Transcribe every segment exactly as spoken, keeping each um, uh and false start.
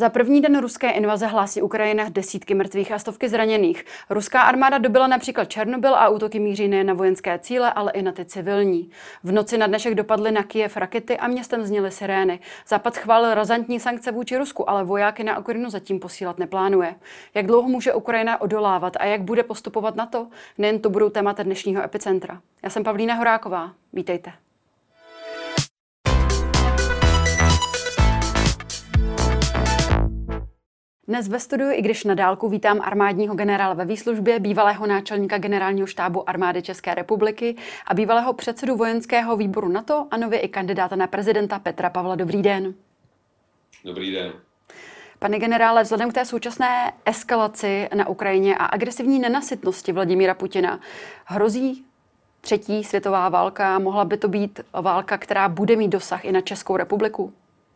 Za první den ruské invaze hlásí Ukrajina desítky mrtvých a stovky zraněných. Ruská armáda dobyla například Černobyl a útoky míří nejen na vojenské cíle, ale i na ty civilní. V noci na dnešek dopadly na Kyjev rakety a městem zněly sirény. Západ schválil razantní sankce vůči Rusku, ale vojáky na Ukrajinu zatím posílat neplánuje. Jak dlouho může Ukrajina odolávat a jak bude postupovat NATO? Nejen to budou témata dnešního Epicentra. Já jsem Pavlína Horáková. Vítejte. Dnes ve studiu, i když na dálku, vítám armádního generála ve výslužbě, bývalého náčelníka generálního štábu armády České republiky a bývalého předsedu vojenského výboru NATO a nově i kandidáta na prezidenta Petra Pavla. Dobrý den. Dobrý den. Pane generále, vzhledem k té současné eskalaci na Ukrajině a agresivní nenasytnosti Vladimíra Putina hrozí třetí světová válka. Mohla by to být válka, která bude mít dosah i na Českou republiku?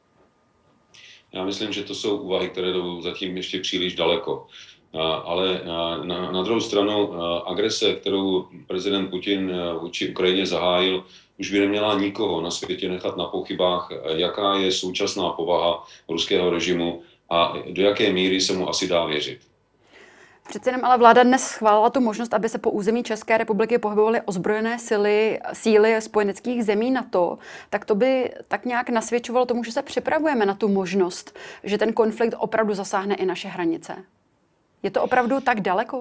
Já myslím, že to jsou úvahy, které jdou zatím ještě příliš daleko. Ale na, na druhou stranu agrese, kterou prezident Putin vůči Ukrajině zahájil, už by neměla nikoho na světě nechat na pochybách, jaká je současná povaha ruského režimu a do jaké míry se mu asi dá věřit. Přece jenom ale vláda dnes schválila tu možnost, aby se po území České republiky pohybovaly ozbrojené síly, síly spojeneckých zemí NATO. Tak to by tak nějak nasvědčovalo tomu, že se připravujeme na tu možnost, že ten konflikt opravdu zasáhne i naše hranice. Je to opravdu tak daleko?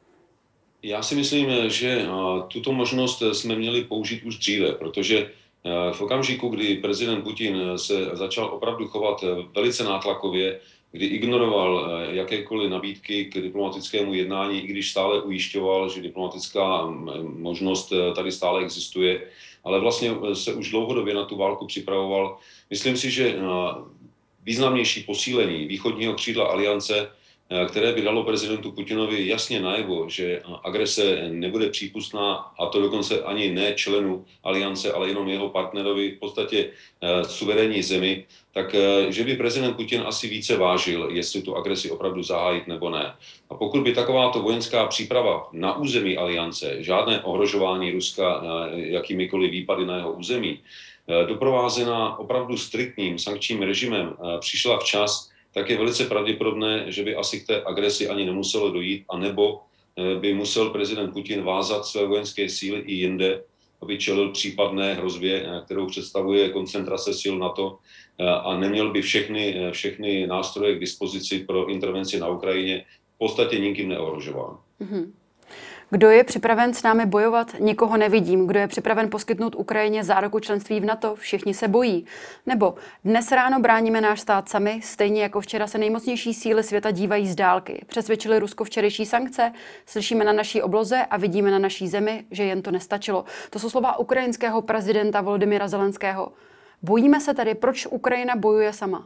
Já si myslím, že tuto možnost jsme měli použít už dříve, protože v okamžiku, kdy prezident Putin se začal opravdu chovat velice nátlakově, kdy ignoroval jakékoliv nabídky k diplomatickému jednání, i když stále ujišťoval, že diplomatická možnost tady stále existuje, ale vlastně se už dlouhodobě na tu válku připravoval. Myslím si, že významnější posílení východního křídla aliance, které by dalo prezidentu Putinovi jasně najevo, že agrese nebude přípustná, a to dokonce ani ne členu aliance, ale jenom jeho partnerovi, v podstatě suverénní zemi, tak že by prezident Putin asi více vážil, jestli tu agresi opravdu zahájit nebo ne. A pokud by takováto vojenská příprava na území aliance, žádné ohrožování Ruska jakýmikoliv výpady na jeho území, doprovázená opravdu striktním sankčním režimem přišla včas, tak je velice pravděpodobné, že by asi k té agresi ani nemuselo dojít, anebo by musel prezident Putin vázat své vojenské síly i jinde, aby čelil případné hrozbě, kterou představuje koncentrace sil NATO, a neměl by všechny, všechny nástroje k dispozici pro intervenci na Ukrajině v podstatě nikým neohrožován. Mm-hmm. Kdo je připraven s námi bojovat? Nikoho nevidím. Kdo je připraven poskytnout Ukrajině záruku členství v NATO? Všichni se bojí. Nebo dnes ráno bráníme náš stát sami, stejně jako včera se nejmocnější síly světa dívají z dálky. Přesvědčili Rusko včerejší sankce, slyšíme na naší obloze a vidíme na naší zemi, že jen to nestačilo. To jsou slova ukrajinského prezidenta Volodymyra Zelenského. Bojíme se tedy, proč Ukrajina bojuje sama?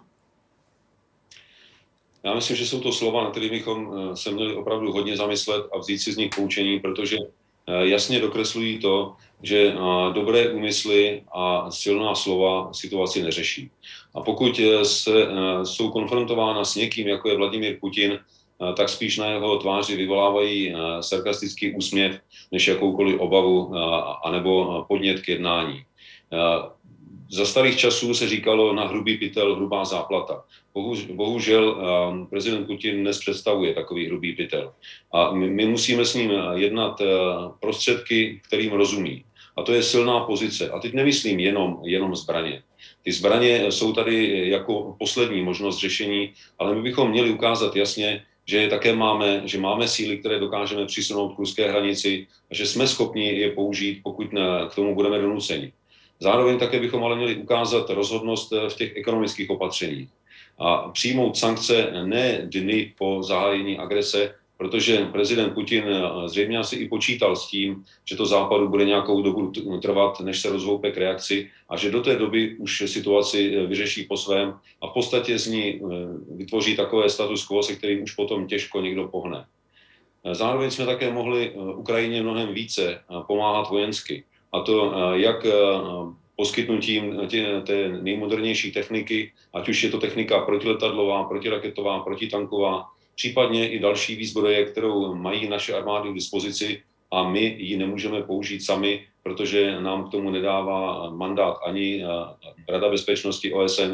Já myslím, že jsou to slova, na kterých bychom se měli opravdu hodně zamyslet a vzít si z nich poučení, protože jasně dokreslují to, že dobré úmysly a silná slova situaci neřeší. A pokud se, jsou konfrontována s někým, jako je Vladimír Putin, tak spíš na jeho tváři vyvolávají sarkastický úsměv, než jakoukoliv obavu anebo podnět k jednání. Za starých časů se říkalo na hrubý pytel hrubá záplata. Bohužel prezident Putin dnes představuje takový hrubý pytel. A my, my musíme s ním jednat prostředky, kterým rozumí. A to je silná pozice. A teď nemyslím jenom, jenom zbraně. Ty zbraně jsou tady jako poslední možnost řešení, ale my bychom měli ukázat jasně, že také máme, že máme síly, které dokážeme přisunout k ruské hranici a že jsme schopni je použít, pokud k tomu budeme donuceni. Zároveň také bychom ale měli ukázat rozhodnost v těch ekonomických opatřeních a přijmout sankce ne dny po zahájení agrese, protože prezident Putin zřejmě asi i počítal s tím, že to Západu bude nějakou dobu trvat, než se rozhoupe k reakci a že do té doby už situaci vyřeší po svém a v podstatě z ní vytvoří takové status quo, se kterým už potom těžko někdo pohne. Zároveň jsme také mohli Ukrajině mnohem více pomáhat vojensky. A to jak poskytnutím tě, té nejmodernější techniky, ať už je to technika protiletadlová, protiraketová, protitanková, případně i další výzbroje, kterou mají naše armády k dispozici a my ji nemůžeme použít sami, protože nám k tomu nedává mandát ani Rada bezpečnosti O S N,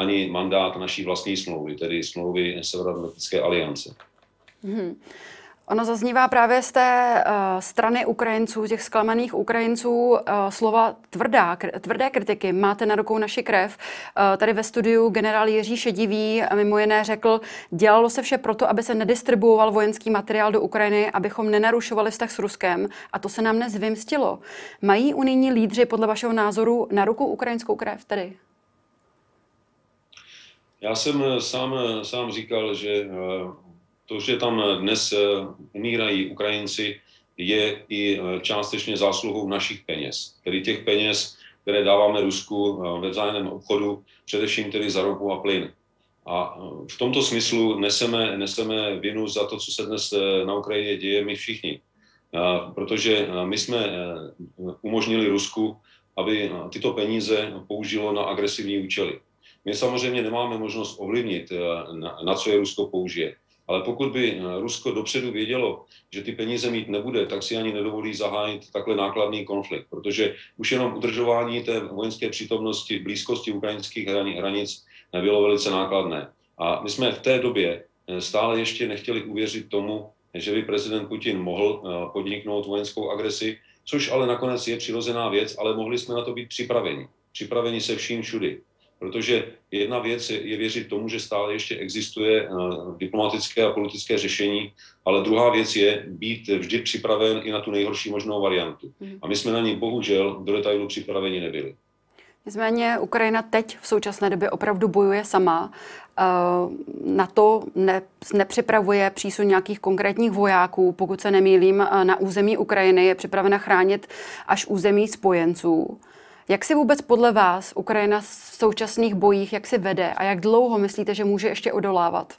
ani mandát naší vlastní smlouvy, tedy smlouvy Severoatlantické aliance. Hmm. Ono zaznívá právě z té uh, strany Ukrajinců, těch zklamaných Ukrajinců, uh, slova tvrdá, kr- tvrdé kritiky. Máte na rukou naši krev. Uh, tady ve studiu generál Jiří Šedivý mimo jiné řekl, dělalo se vše proto, aby se nedistribuoval vojenský materiál do Ukrajiny, abychom nenarušovali vztah s Ruskem, a to se nám dnes vymstilo. Mají unijní lídři podle vašeho názoru na rukou ukrajinskou krev tedy? Já jsem sám, sám říkal, že to, že tam dnes umírají Ukrajinci, je i částečně zásluhou našich peněz, tedy těch peněz, které dáváme Rusku ve vzájemném obchodu, především tedy za ropu a plyn. A v tomto smyslu neseme, neseme vinu za to, co se dnes na Ukrajině děje, my všichni. Protože my jsme umožnili Rusku, aby tyto peníze použilo na agresivní účely. My samozřejmě nemáme možnost ovlivnit, na, na co je Rusko použije. Ale pokud by Rusko dopředu vědělo, že ty peníze mít nebude, tak si ani nedovolí zahájit takhle nákladný konflikt. Protože už jenom udržování té vojenské přítomnosti v blízkosti ukrajinských hranic bylo velice nákladné. A my jsme v té době stále ještě nechtěli uvěřit tomu, že by prezident Putin mohl podniknout vojenskou agresi, což ale nakonec je přirozená věc, ale mohli jsme na to být připraveni. Připraveni se vším všudy. Protože jedna věc je věřit tomu, že stále ještě existuje diplomatické a politické řešení, ale druhá věc je být vždy připraven i na tu nejhorší možnou variantu. A my jsme na ní bohužel do detailu připraveni nebyli. Nicméně Ukrajina teď v současné době opravdu bojuje sama. Na to ne, nepřipravuje přísun nějakých konkrétních vojáků. Pokud se nemýlím, na území Ukrajiny je připravena chránit až území spojenců. Jak si vůbec podle vás Ukrajina v současných bojích, jak si vede a jak dlouho myslíte, že může ještě odolávat?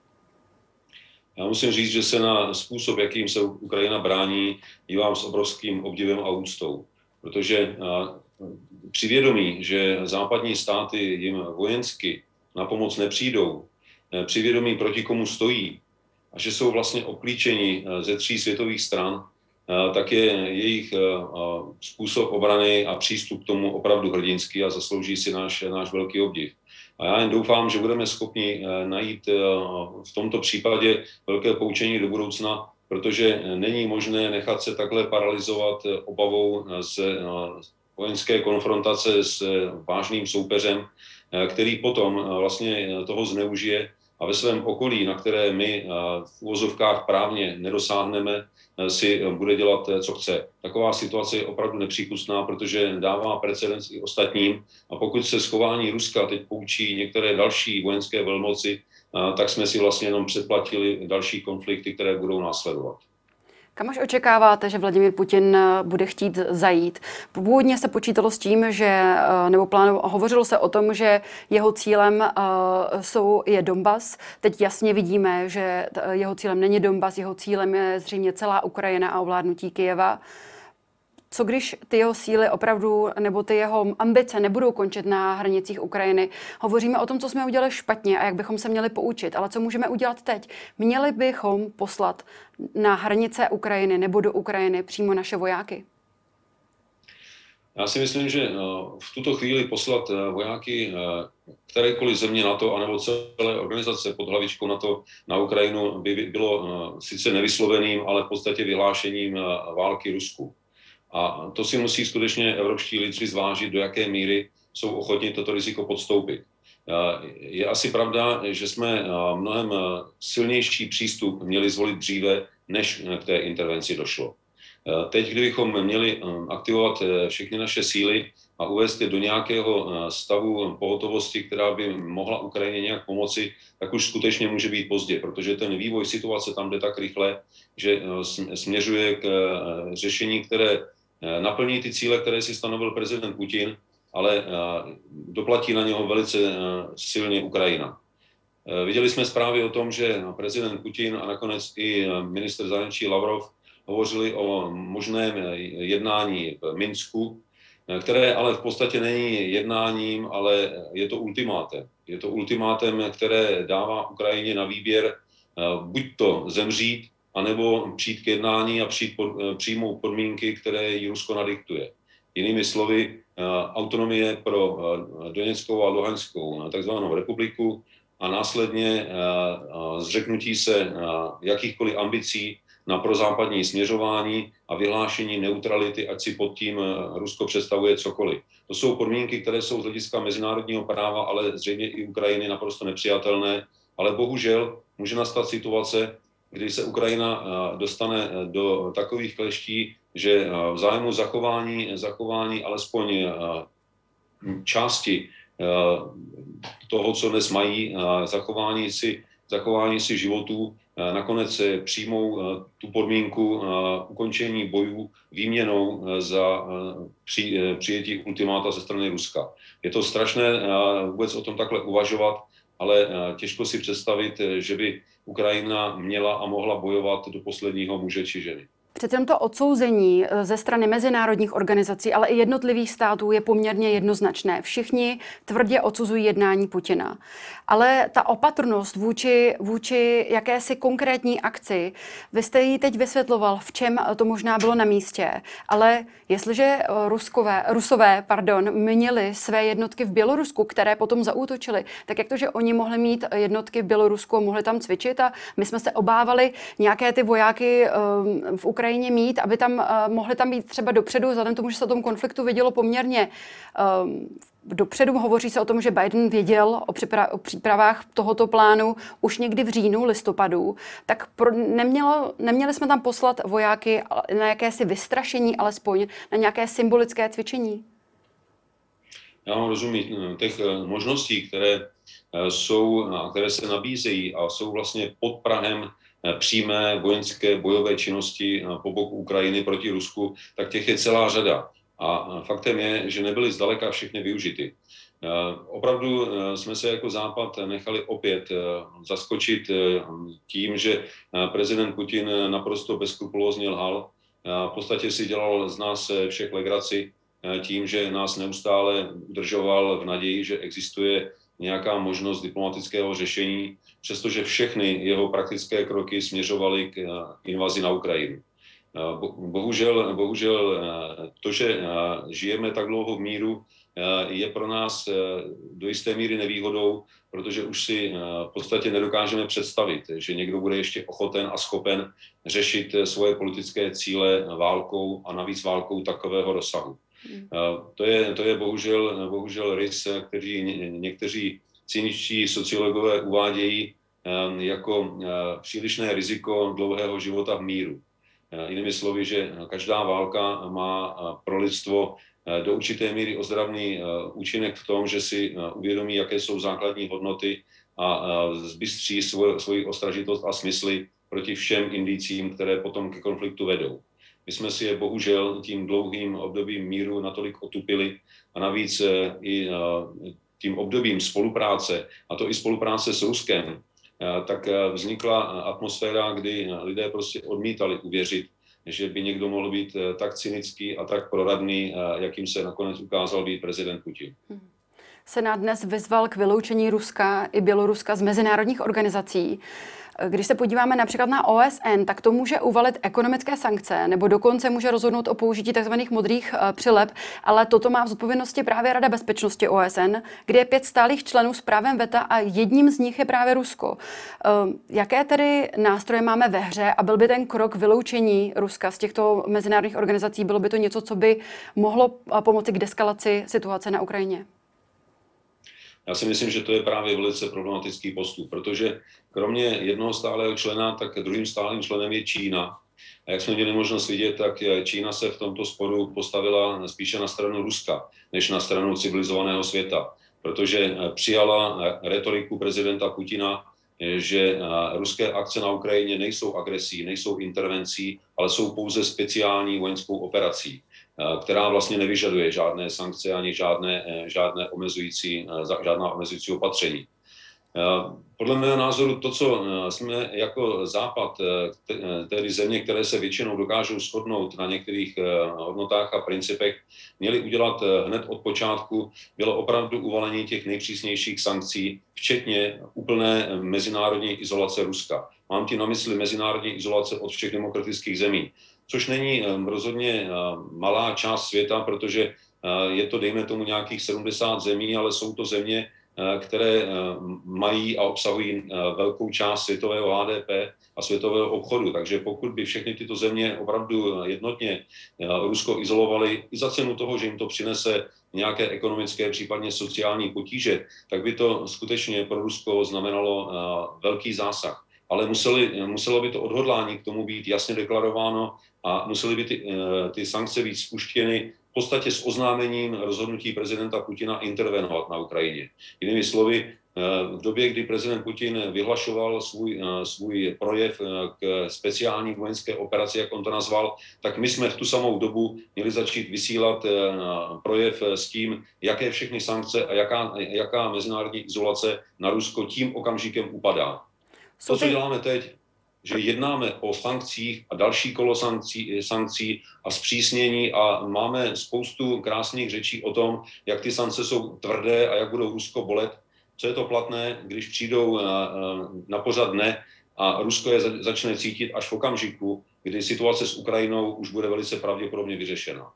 Já musím říct, že se na způsob, jakým se Ukrajina brání, dívám s obrovským obdivem a úctou. Protože při vědomí, že západní státy jim vojensky na pomoc nepřijdou, při vědomí, proti komu stojí, a že jsou vlastně obklíčeni ze tří světových stran, tak je jejich způsob obrany a přístup k tomu opravdu hrdinský a zaslouží si náš, náš velký obdiv. A já jen doufám, že budeme schopni najít v tomto případě velké poučení do budoucna, protože není možné nechat se takhle paralyzovat obavou z vojenské konfrontace s vážným soupeřem, který potom vlastně toho zneužije a ve svém okolí, na které my v uvozovkách právně nedosáhneme, si bude dělat, co chce. Taková situace je opravdu nepřípustná, protože dává precedens i ostatním. A pokud se schování Ruska teď poučí některé další vojenské velmoci, tak jsme si vlastně jenom předplatili další konflikty, které budou následovat. Kam až očekáváte, že Vladimír Putin bude chtít zajít? Původně se počítalo s tím, že, nebo plánu, hovořilo se o tom, že jeho cílem uh, jsou, je Donbas. Teď jasně vidíme, že jeho cílem není Donbas, jeho cílem je zřejmě celá Ukrajina a ovládnutí Kyjeva. Co když ty jeho síly opravdu, nebo ty jeho ambice nebudou končit na hranicích Ukrajiny? Hovoříme o tom, co jsme udělali špatně a jak bychom se měli poučit. Ale co můžeme udělat teď? Měli bychom poslat na hranice Ukrajiny nebo do Ukrajiny přímo naše vojáky? Já si myslím, že v tuto chvíli poslat vojáky kterékoliv země NATO anebo celé organizace pod hlavičkou NATO na Ukrajinu by bylo sice nevysloveným, ale v podstatě vyhlášením války Rusku. A to si musí skutečně evropští lídři zvážit, do jaké míry jsou ochotni toto riziko podstoupit. Je asi pravda, že jsme mnohem silnější přístup měli zvolit dříve, než k té intervenci došlo. Teď, kdybychom měli aktivovat všechny naše síly a uvést je do nějakého stavu pohotovosti, která by mohla Ukrajině nějak pomoci, tak už skutečně může být pozdě, protože ten vývoj situace tam jde tak rychle, že směřuje k řešení, které naplní ty cíle, které si stanovil prezident Putin, ale doplatí na něho velice silně Ukrajina. Viděli jsme zprávy o tom, že prezident Putin a nakonec i ministr zahraničí Lavrov hovořili o možném jednání v Minsku, které ale v podstatě není jednáním, ale je to ultimátem. Je to ultimátem, které dává Ukrajině na výběr buď to zemřít, anebo přijít k jednání a přijít pod, přijmout podmínky, které jí Rusko nadiktuje. Jinými slovy, autonomie pro Doněckou a Luhanskou takzvanou republiku a následně zřeknutí se jakýchkoliv ambicí na prozápadní směřování a vyhlášení neutrality, ať si pod tím Rusko představuje cokoliv. To jsou podmínky, které jsou z hlediska mezinárodního práva, ale zřejmě i Ukrajiny naprosto nepřijatelné, ale bohužel může nastat situace, kdy se Ukrajina dostane do takových kleští, že v zájmu zachování, zachování alespoň části toho, co dnes mají, zachování si, zachování si životů, nakonec přijmou tu podmínku ukončení bojů výměnou za přijetí ultimáta ze strany Ruska. Je to strašné vůbec o tom takhle uvažovat, ale těžko si představit, že by Ukrajina měla a mohla bojovat do posledního muže či ženy. Přece to odsouzení ze strany mezinárodních organizací, ale i jednotlivých států je poměrně jednoznačné. Všichni tvrdě odsuzují jednání Putina. Ale ta opatrnost vůči, vůči jakési konkrétní akci, vy jste ji teď vysvětloval, v čem to možná bylo na místě. Ale jestliže Ruskové, Rusové pardon, měli své jednotky v Bělorusku, které potom zaútočily, tak jak to, že oni mohli mít jednotky v Bělorusku a mohli tam cvičit a my jsme se obávali nějaké ty vojáky v Ukrajině mít, aby tam uh, mohli tam být třeba dopředu, vzhledem tomu, že se o tom konfliktu vědělo poměrně um, dopředu. Hovoří se o tom, že Biden věděl o, připra- o přípravách tohoto plánu už někdy v říjnu, listopadu, tak pro, nemělo, neměli jsme tam poslat vojáky na jakési vystrašení, alespoň na nějaké symbolické cvičení? Já vám rozumím. Těch možností, které jsou, které se nabízejí a jsou vlastně pod prahem přímé vojenské bojové činnosti po boku Ukrajiny proti Rusku, tak těch je celá řada. A faktem je, že nebyly zdaleka všechny využity. Opravdu jsme se jako Západ nechali opět zaskočit tím, že prezident Putin naprosto bezskrupulózně lhal. V podstatě si dělal z nás všech legraci tím, že nás neustále udržoval v naději, že existuje nějaká možnost diplomatického řešení, přestože všechny jeho praktické kroky směřovaly k invazi na Ukrajinu. Bohužel, bohužel to, že žijeme tak dlouho v míru, je pro nás do jisté míry nevýhodou, protože už si v podstatě nedokážeme představit, že někdo bude ještě ochoten a schopen řešit svoje politické cíle válkou a navíc válkou takového rozsahu. To je, to je bohužel, bohužel rys, který někteří cyničtí sociologové uvádějí jako přílišné riziko dlouhého života v míru. Jinými slovy, že každá válka má pro lidstvo do určité míry ozdravný účinek v tom, že si uvědomí, jaké jsou základní hodnoty a zbystří svoji ostražitost a smysly proti všem indicím, které potom ke konfliktu vedou. My jsme si je bohužel tím dlouhým obdobím míru natolik otupili a navíc i tím obdobím spolupráce, a to i spolupráce s Ruskem, tak vznikla atmosféra, kdy lidé prostě odmítali uvěřit, že by někdo mohl být tak cynický a tak proradný, jakým se nakonec ukázal být prezident Putin. Senát dnes vyzval k vyloučení Ruska i Běloruska z mezinárodních organizací. Když se podíváme například na O S N, tak to může uvalit ekonomické sankce nebo dokonce může rozhodnout o použití tzv. Modrých přileb, ale toto má v zodpovědnosti právě Rada bezpečnosti O S N, kde je pět stálých členů s právem veta a jedním z nich je právě Rusko. Jaké tedy nástroje máme ve hře a byl by ten krok vyloučení Ruska z těchto mezinárodních organizací, bylo by to něco, co by mohlo pomoci k deskalaci situace na Ukrajině? Já si myslím, že to je právě velice problematický postup, protože kromě jednoho stálého člena, tak druhým stálým členem je Čína. A jak jsme měli možnost vidět, tak Čína se v tomto sporu postavila spíše na stranu Ruska, než na stranu civilizovaného světa, protože přijala retoriku prezidenta Putina, že ruské akce na Ukrajině nejsou agresí, nejsou intervencí, ale jsou pouze speciální vojenskou operací, která vlastně nevyžaduje žádné sankce ani žádné, žádné omezující, žádná omezující opatření. Podle mého názoru to, co jsme jako Západ, tedy země, které se většinou dokážou shodnout na některých hodnotách a principech, měli udělat hned od počátku, bylo opravdu uvalení těch nejpřísnějších sankcí, včetně úplné mezinárodní izolace Ruska. Mám tím na mysli mezinárodní izolace od všech demokratických zemí, což není rozhodně malá část světa, protože Je to, dejme tomu, nějakých sedmdesát zemí, ale jsou to země, které mají a obsahují velkou část světového H D P a světového obchodu. Takže pokud by všechny tyto země opravdu jednotně Rusko izolovaly i za cenu toho, že jim to přinese nějaké ekonomické, případně sociální potíže, tak by to skutečně pro Rusko znamenalo velký zásah. Ale museli, muselo by to odhodlání k tomu být jasně deklarováno a musely by ty, ty sankce být spuštěny v podstatě s oznámením rozhodnutí prezidenta Putina intervenovat na Ukrajině. Jinými slovy, v době, kdy prezident Putin vyhlašoval svůj, svůj projev k speciální vojenské operaci, jak on to nazval, tak my jsme v tu samou dobu měli začít vysílat projev s tím, jaké všechny sankce a jaká, jaká mezinárodní izolace na Rusko tím okamžikem upadá. To, co děláme teď, že jednáme o sankcích a další kolo sankcí, sankcí a zpřísnění a máme spoustu krásných řečí o tom, jak ty sankce jsou tvrdé a jak budou Rusko bolet. Co je to platné, když přijdou na, na pořad dne a Rusko je začne cítit až v okamžiku, kdy situace s Ukrajinou už bude velice pravděpodobně vyřešena.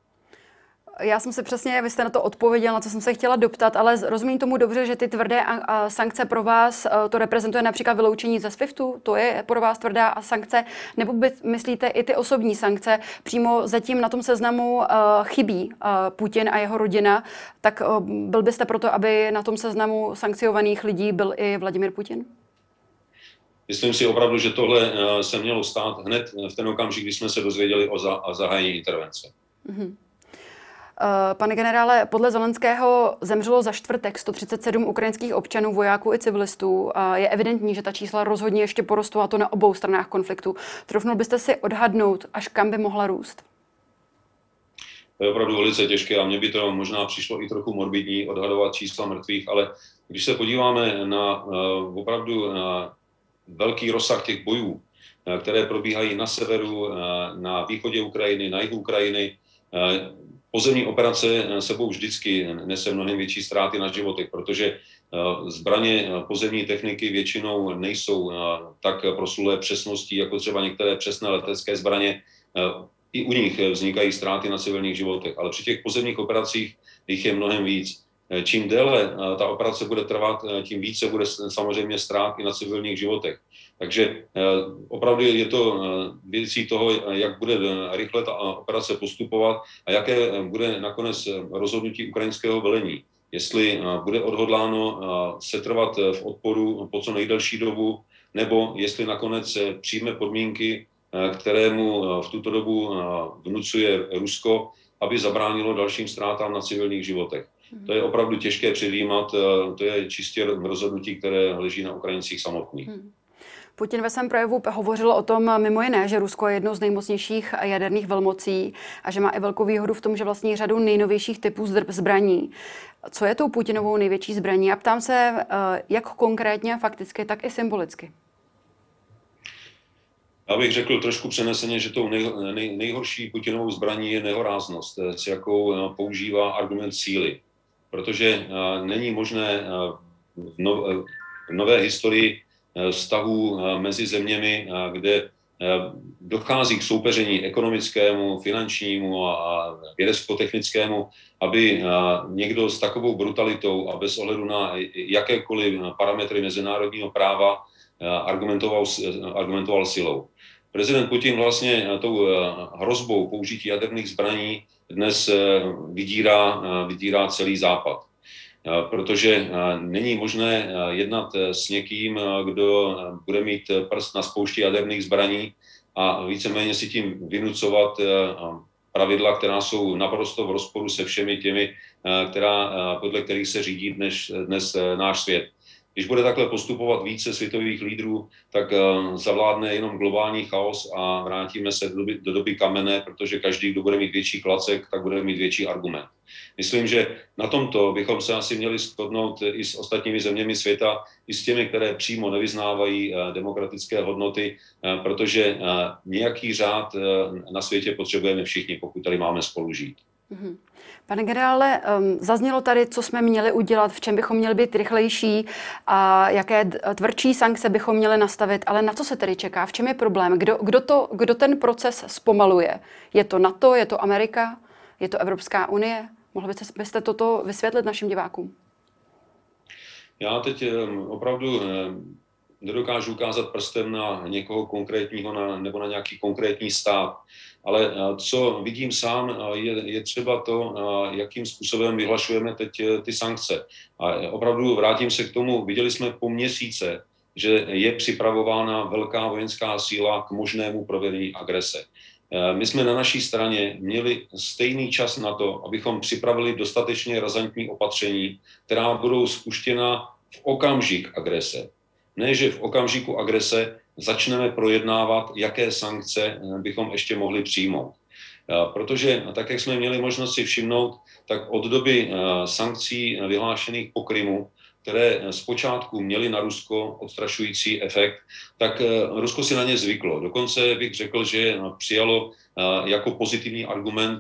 Já jsem se přesně, vy jste na to odpověděl, na co jsem se chtěla doptat, ale rozumím tomu dobře, že ty tvrdé sankce pro vás, to reprezentuje například vyloučení ze SWIFTu, to je pro vás tvrdá sankce, nebo by, myslíte i ty osobní sankce, přímo zatím na tom seznamu uh, chybí uh, Putin a jeho rodina, tak uh, byl byste proto, aby na tom seznamu sankciovaných lidí byl i Vladimír Putin? Myslím si opravdu, že tohle uh, se mělo stát hned v ten okamžik, kdy jsme se dozvěděli o, za, o zahájení intervence. Mm-hmm. Pane generále, podle Zelenského zemřelo za čtvrtek sto třicet sedm ukrajinských občanů, vojáků i civilistů. Je evidentní, že ta čísla rozhodně ještě porostou, a to na obou stranách konfliktu. Trofnul byste si odhadnout, až kam by mohla růst? To je opravdu velice těžké a mně by to možná přišlo i trochu morbidní odhadovat čísla mrtvých, ale když se podíváme na uh, opravdu na velký rozsah těch bojů, uh, které probíhají na severu, uh, na východě Ukrajiny, na jihu Ukrajiny, uh, pozemní operace sebou vždycky nese mnohem větší ztráty na životech, protože zbraně pozemní techniky většinou nejsou tak proslulé přesností, jako třeba některé přesné letecké zbraně. I u nich vznikají ztráty na civilních životech, ale při těch pozemních operacích jich je mnohem víc. Čím déle ta operace bude trvat, tím více bude samozřejmě ztrát i na civilních životech. Takže opravdu je to věcí toho, jak bude rychle ta operace postupovat a jaké bude nakonec rozhodnutí ukrajinského velení. Jestli bude odhodláno setrvat v odporu po co nejdelší dobu, nebo jestli nakonec přijme podmínky, kterému v tuto dobu vnucuje Rusko, aby zabránilo dalším ztrátám na civilních životech. To je opravdu těžké předjímat, to je čistě rozhodnutí, které leží na Ukrajincích samotných. Hmm. Putin ve svém projevu hovořil o tom mimo jiné, že Rusko je jednou z nejmocnějších jaderných velmocí a že má i velkou výhodu v tom, že vlastní řadu nejnovějších typů zbraní. Co je tou Putinovou největší zbraní? A ptám se, jak konkrétně, fakticky, tak i symbolicky. Já bych řekl trošku přeneseně, že tou nej, nej, nejhorší Putinovou zbraní je nehoráznost, s jakou používá argument síly. Protože není možné v, no, v nové historii vztahů mezi zeměmi, kde dochází k soupeření ekonomickému, finančnímu a vědecko-technickému, aby někdo s takovou brutalitou a bez ohledu na jakékoliv parametry mezinárodního práva argumentoval, argumentoval silou. Prezident Putin vlastně tou hrozbou použití jaderných zbraní dnes vydírá, vydírá celý Západ. Protože není možné jednat s někým, kdo bude mít prst na spoustě jaderných zbraní a víceméně si tím vynucovat pravidla, která jsou naprosto v rozporu se všemi těmi, která, podle kterých se řídí dnes, dnes náš svět. Když bude takhle postupovat více světových lídrů, tak zavládne jenom globální chaos a vrátíme se do doby, do doby kamenné, protože každý, kdo bude mít větší klacek, tak bude mít větší argument. Myslím, že na tomto bychom se asi měli shodnout i s ostatními zeměmi světa, i s těmi, které přímo nevyznávají demokratické hodnoty, protože nějaký řád na světě potřebujeme všichni, pokud tady máme spolu žít. Mm-hmm. Pane generále, zaznělo tady, co jsme měli udělat, v čem bychom měli být rychlejší a jaké tvrdší sankce bychom měli nastavit, ale na co se tedy čeká, v čem je problém, kdo, kdo, to, kdo ten proces zpomaluje? Je to NATO, je to Amerika, je to Evropská unie? Mohl byste, byste toto vysvětlit našim divákům? Já teď opravdu nedokážu ukázat prstem na někoho konkrétního na, nebo na nějaký konkrétní stát, ale co vidím sám, je, je třeba to, jakým způsobem vyhlašujeme teď ty sankce. A opravdu vrátím se k tomu, viděli jsme po měsíce, že je připravována velká vojenská síla k možnému provedení agrese. My jsme na naší straně měli stejný čas na to, abychom připravili dostatečně razantní opatření, která budou spuštěna v okamžik agrese. Ne, že v okamžiku agrese začneme projednávat, jaké sankce bychom ještě mohli přijmout. Protože, tak jak jsme měli možnost si všimnout, tak od doby sankcí vyhlášených po Krymu, které zpočátku měly na Rusko odstrašující efekt, tak Rusko si na ně zvyklo. Dokonce bych řekl, že přijalo jako pozitivní argument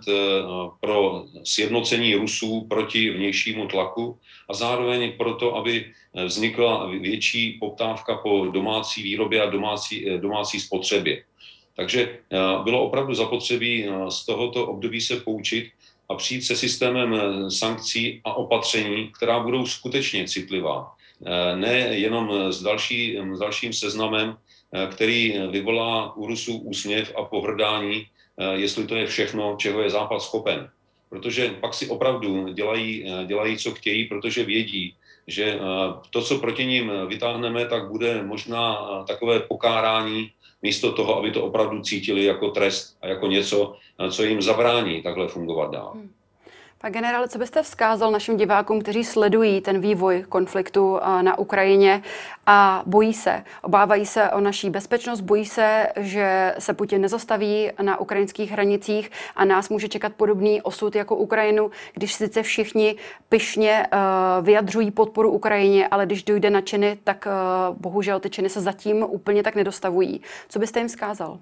pro sjednocení Rusů proti vnějšímu tlaku a zároveň proto, aby vznikla větší poptávka po domácí výrobě a domácí, domácí spotřebě. Takže bylo opravdu zapotřebí z tohoto období se poučit a přijít se systémem sankcí a opatření, která budou skutečně citlivá. Ne jenom s, další, s dalším seznamem, který vyvolá u Rusů úsměv a pohrdání, jestli to je všechno, čeho je Západ schopen. Protože pak si opravdu dělají, dělají, co chtějí, protože vědí, že to, co proti ním vytáhneme, tak bude možná takové pokárání, místo toho, aby to opravdu cítili jako trest a jako něco, co jim zabrání takhle fungovat dál. Hmm. Pane generále, co byste vzkázal našim divákům, kteří sledují ten vývoj konfliktu na Ukrajině a bojí se, obávají se o naší bezpečnost, bojí se, že se Putin nezastaví na ukrajinských hranicích a nás může čekat podobný osud jako Ukrajinu, když sice všichni pyšně uh, vyjadřují podporu Ukrajině, ale když dojde na činy, tak uh, bohužel ty činy se zatím úplně tak nedostavují. Co byste jim vzkázal?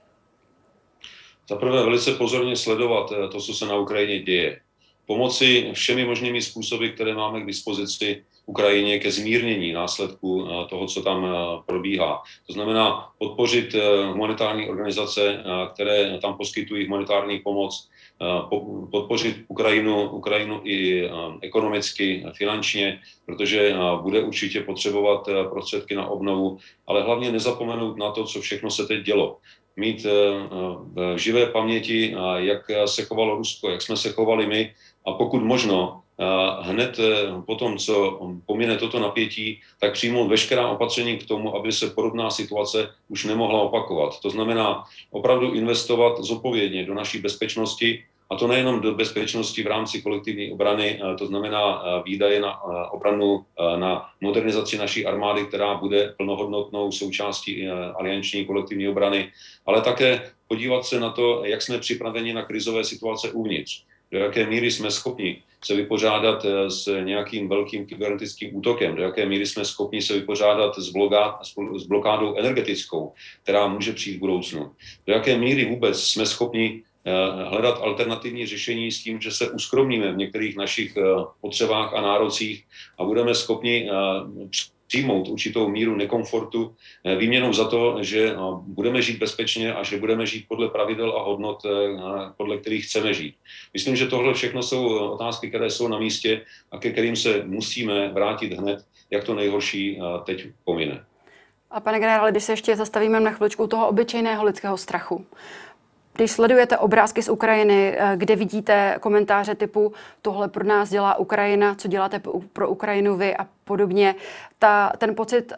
Za prvé velice pozorně sledovat to, co se na Ukrajině děje. Pomoci všemi možnými způsoby, které máme k dispozici Ukrajině ke zmírnění následků toho, co tam probíhá. To znamená podpořit humanitární organizace, které tam poskytují humanitární pomoc, podpořit Ukrajinu, Ukrajinu i ekonomicky, finančně, protože bude určitě potřebovat prostředky na obnovu, ale hlavně nezapomenout na to, co všechno se teď dělo. Mít v živé paměti, jak se chovalo Rusko, jak jsme se chovali my a pokud možno hned po tom, co pomine toto napětí, tak přijmout veškerá opatření k tomu, aby se podobná situace už nemohla opakovat. To znamená opravdu investovat zodpovědně do naší bezpečnosti, a to nejenom do bezpečnosti v rámci kolektivní obrany, to znamená výdaje na obranu, na modernizaci naší armády, která bude plnohodnotnou součástí alianční kolektivní obrany, ale také podívat se na to, jak jsme připraveni na krizové situace uvnitř, do jaké míry jsme schopni se vypořádat s nějakým velkým kybernetickým útokem, do jaké míry jsme schopni se vypořádat s, blokád, s blokádou energetickou, která může přijít v budoucnu, do jaké míry vůbec jsme schopni hledat alternativní řešení s tím, že se uskromníme v některých našich potřebách a nárocích a budeme schopni přijmout určitou míru nekomfortu výměnou za to, že budeme žít bezpečně a že budeme žít podle pravidel a hodnot, podle kterých chceme žít. Myslím, že tohle všechno jsou otázky, které jsou na místě a ke kterým se musíme vrátit hned, jak to nejhorší teď pomine. A pane generále, když se ještě zastavíme na chviličku u toho obyčejného lidského strachu. Když sledujete obrázky z Ukrajiny, kde vidíte komentáře typu tohle pro nás dělá Ukrajina, co děláte pro Ukrajinu vy a podobně, ta, ten pocit,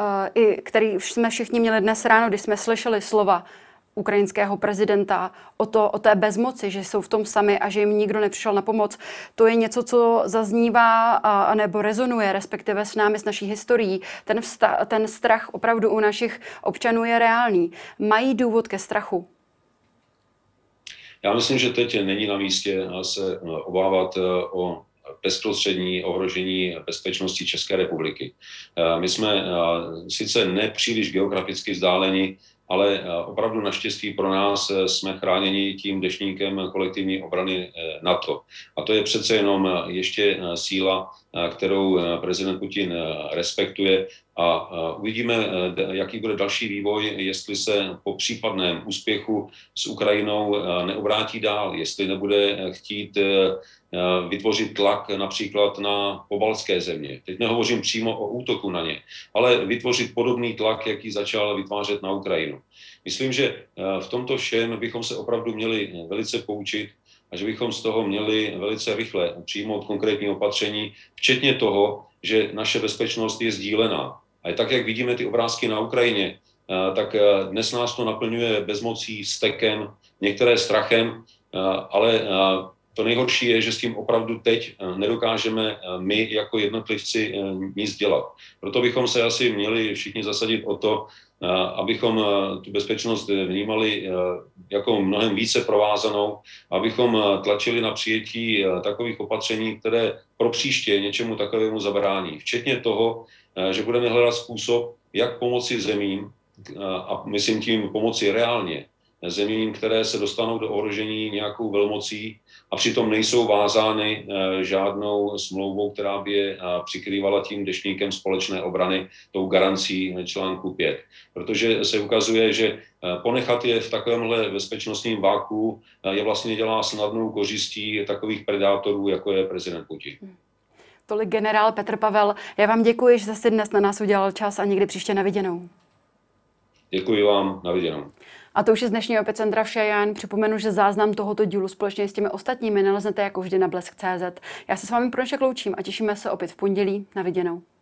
který jsme všichni měli dnes ráno, když jsme slyšeli slova ukrajinského prezidenta o, to, o té bezmoci, že jsou v tom sami a že jim nikdo nepřišel na pomoc, to je něco, co zaznívá a, nebo rezonuje, respektive s námi, s naší historií. Ten, vsta, ten strach opravdu u našich občanů je reálný. Mají důvod ke strachu? Já myslím, že teď není na místě se obávat o bezprostřední ohrožení bezpečnosti České republiky. My jsme sice nepříliš geograficky vzdáleni, ale opravdu naštěstí pro nás jsme chráněni tím deštníkem kolektivní obrany NATO. A to je přece jenom ještě síla, kterou prezident Putin respektuje, a uvidíme, jaký bude další vývoj, jestli se po případném úspěchu s Ukrajinou neobrátí dál, jestli nebude chtít vytvořit tlak například na pobaltské země. Teď nehovořím přímo o útoku na ně, ale vytvořit podobný tlak, jaký začal vytvářet na Ukrajinu. Myslím, že v tomto všem bychom se opravdu měli velice poučit a že bychom z toho měli velice rychle přijmout konkrétní opatření, včetně toho, že naše bezpečnost je sdílená. A tak, jak vidíme ty obrázky na Ukrajině, tak dnes nás to naplňuje bezmocí, stekem, některé strachem, ale to nejhorší je, že s tím opravdu teď nedokážeme my jako jednotlivci nic dělat. Proto bychom se asi měli všichni zasadit o to, abychom tu bezpečnost vnímali jako mnohem více provázanou, abychom tlačili na přijetí takových opatření, které pro příště něčemu takovému zabrání. Včetně toho, že budeme hledat způsob, jak pomoci zemím, a myslím tím pomoci reálně, zemím, které se dostanou do ohrožení nějakou velmocí a přitom nejsou vázány žádnou smlouvou, která by je přikrývala tím deštníkem společné obrany, tou garancí článku pět. Protože se ukazuje, že ponechat je v takovémhle bezpečnostním váku je vlastně dělá snadnou kořistí takových predátorů, jako je prezident Putin. Tolik generál Petr Pavel. Já vám děkuji, že jste si dnes na nás udělal čas a někdy příště na viděnou. Děkuji vám, na viděnou. A to už je z dnešního Epicentra vše. Já jen připomenu, že záznam tohoto dílu společně s těmi ostatními naleznete jako vždy na blesk tečka cé zet. Já se s vámi pro dnešek loučím a těšíme se opět v pondělí. Na viděnou.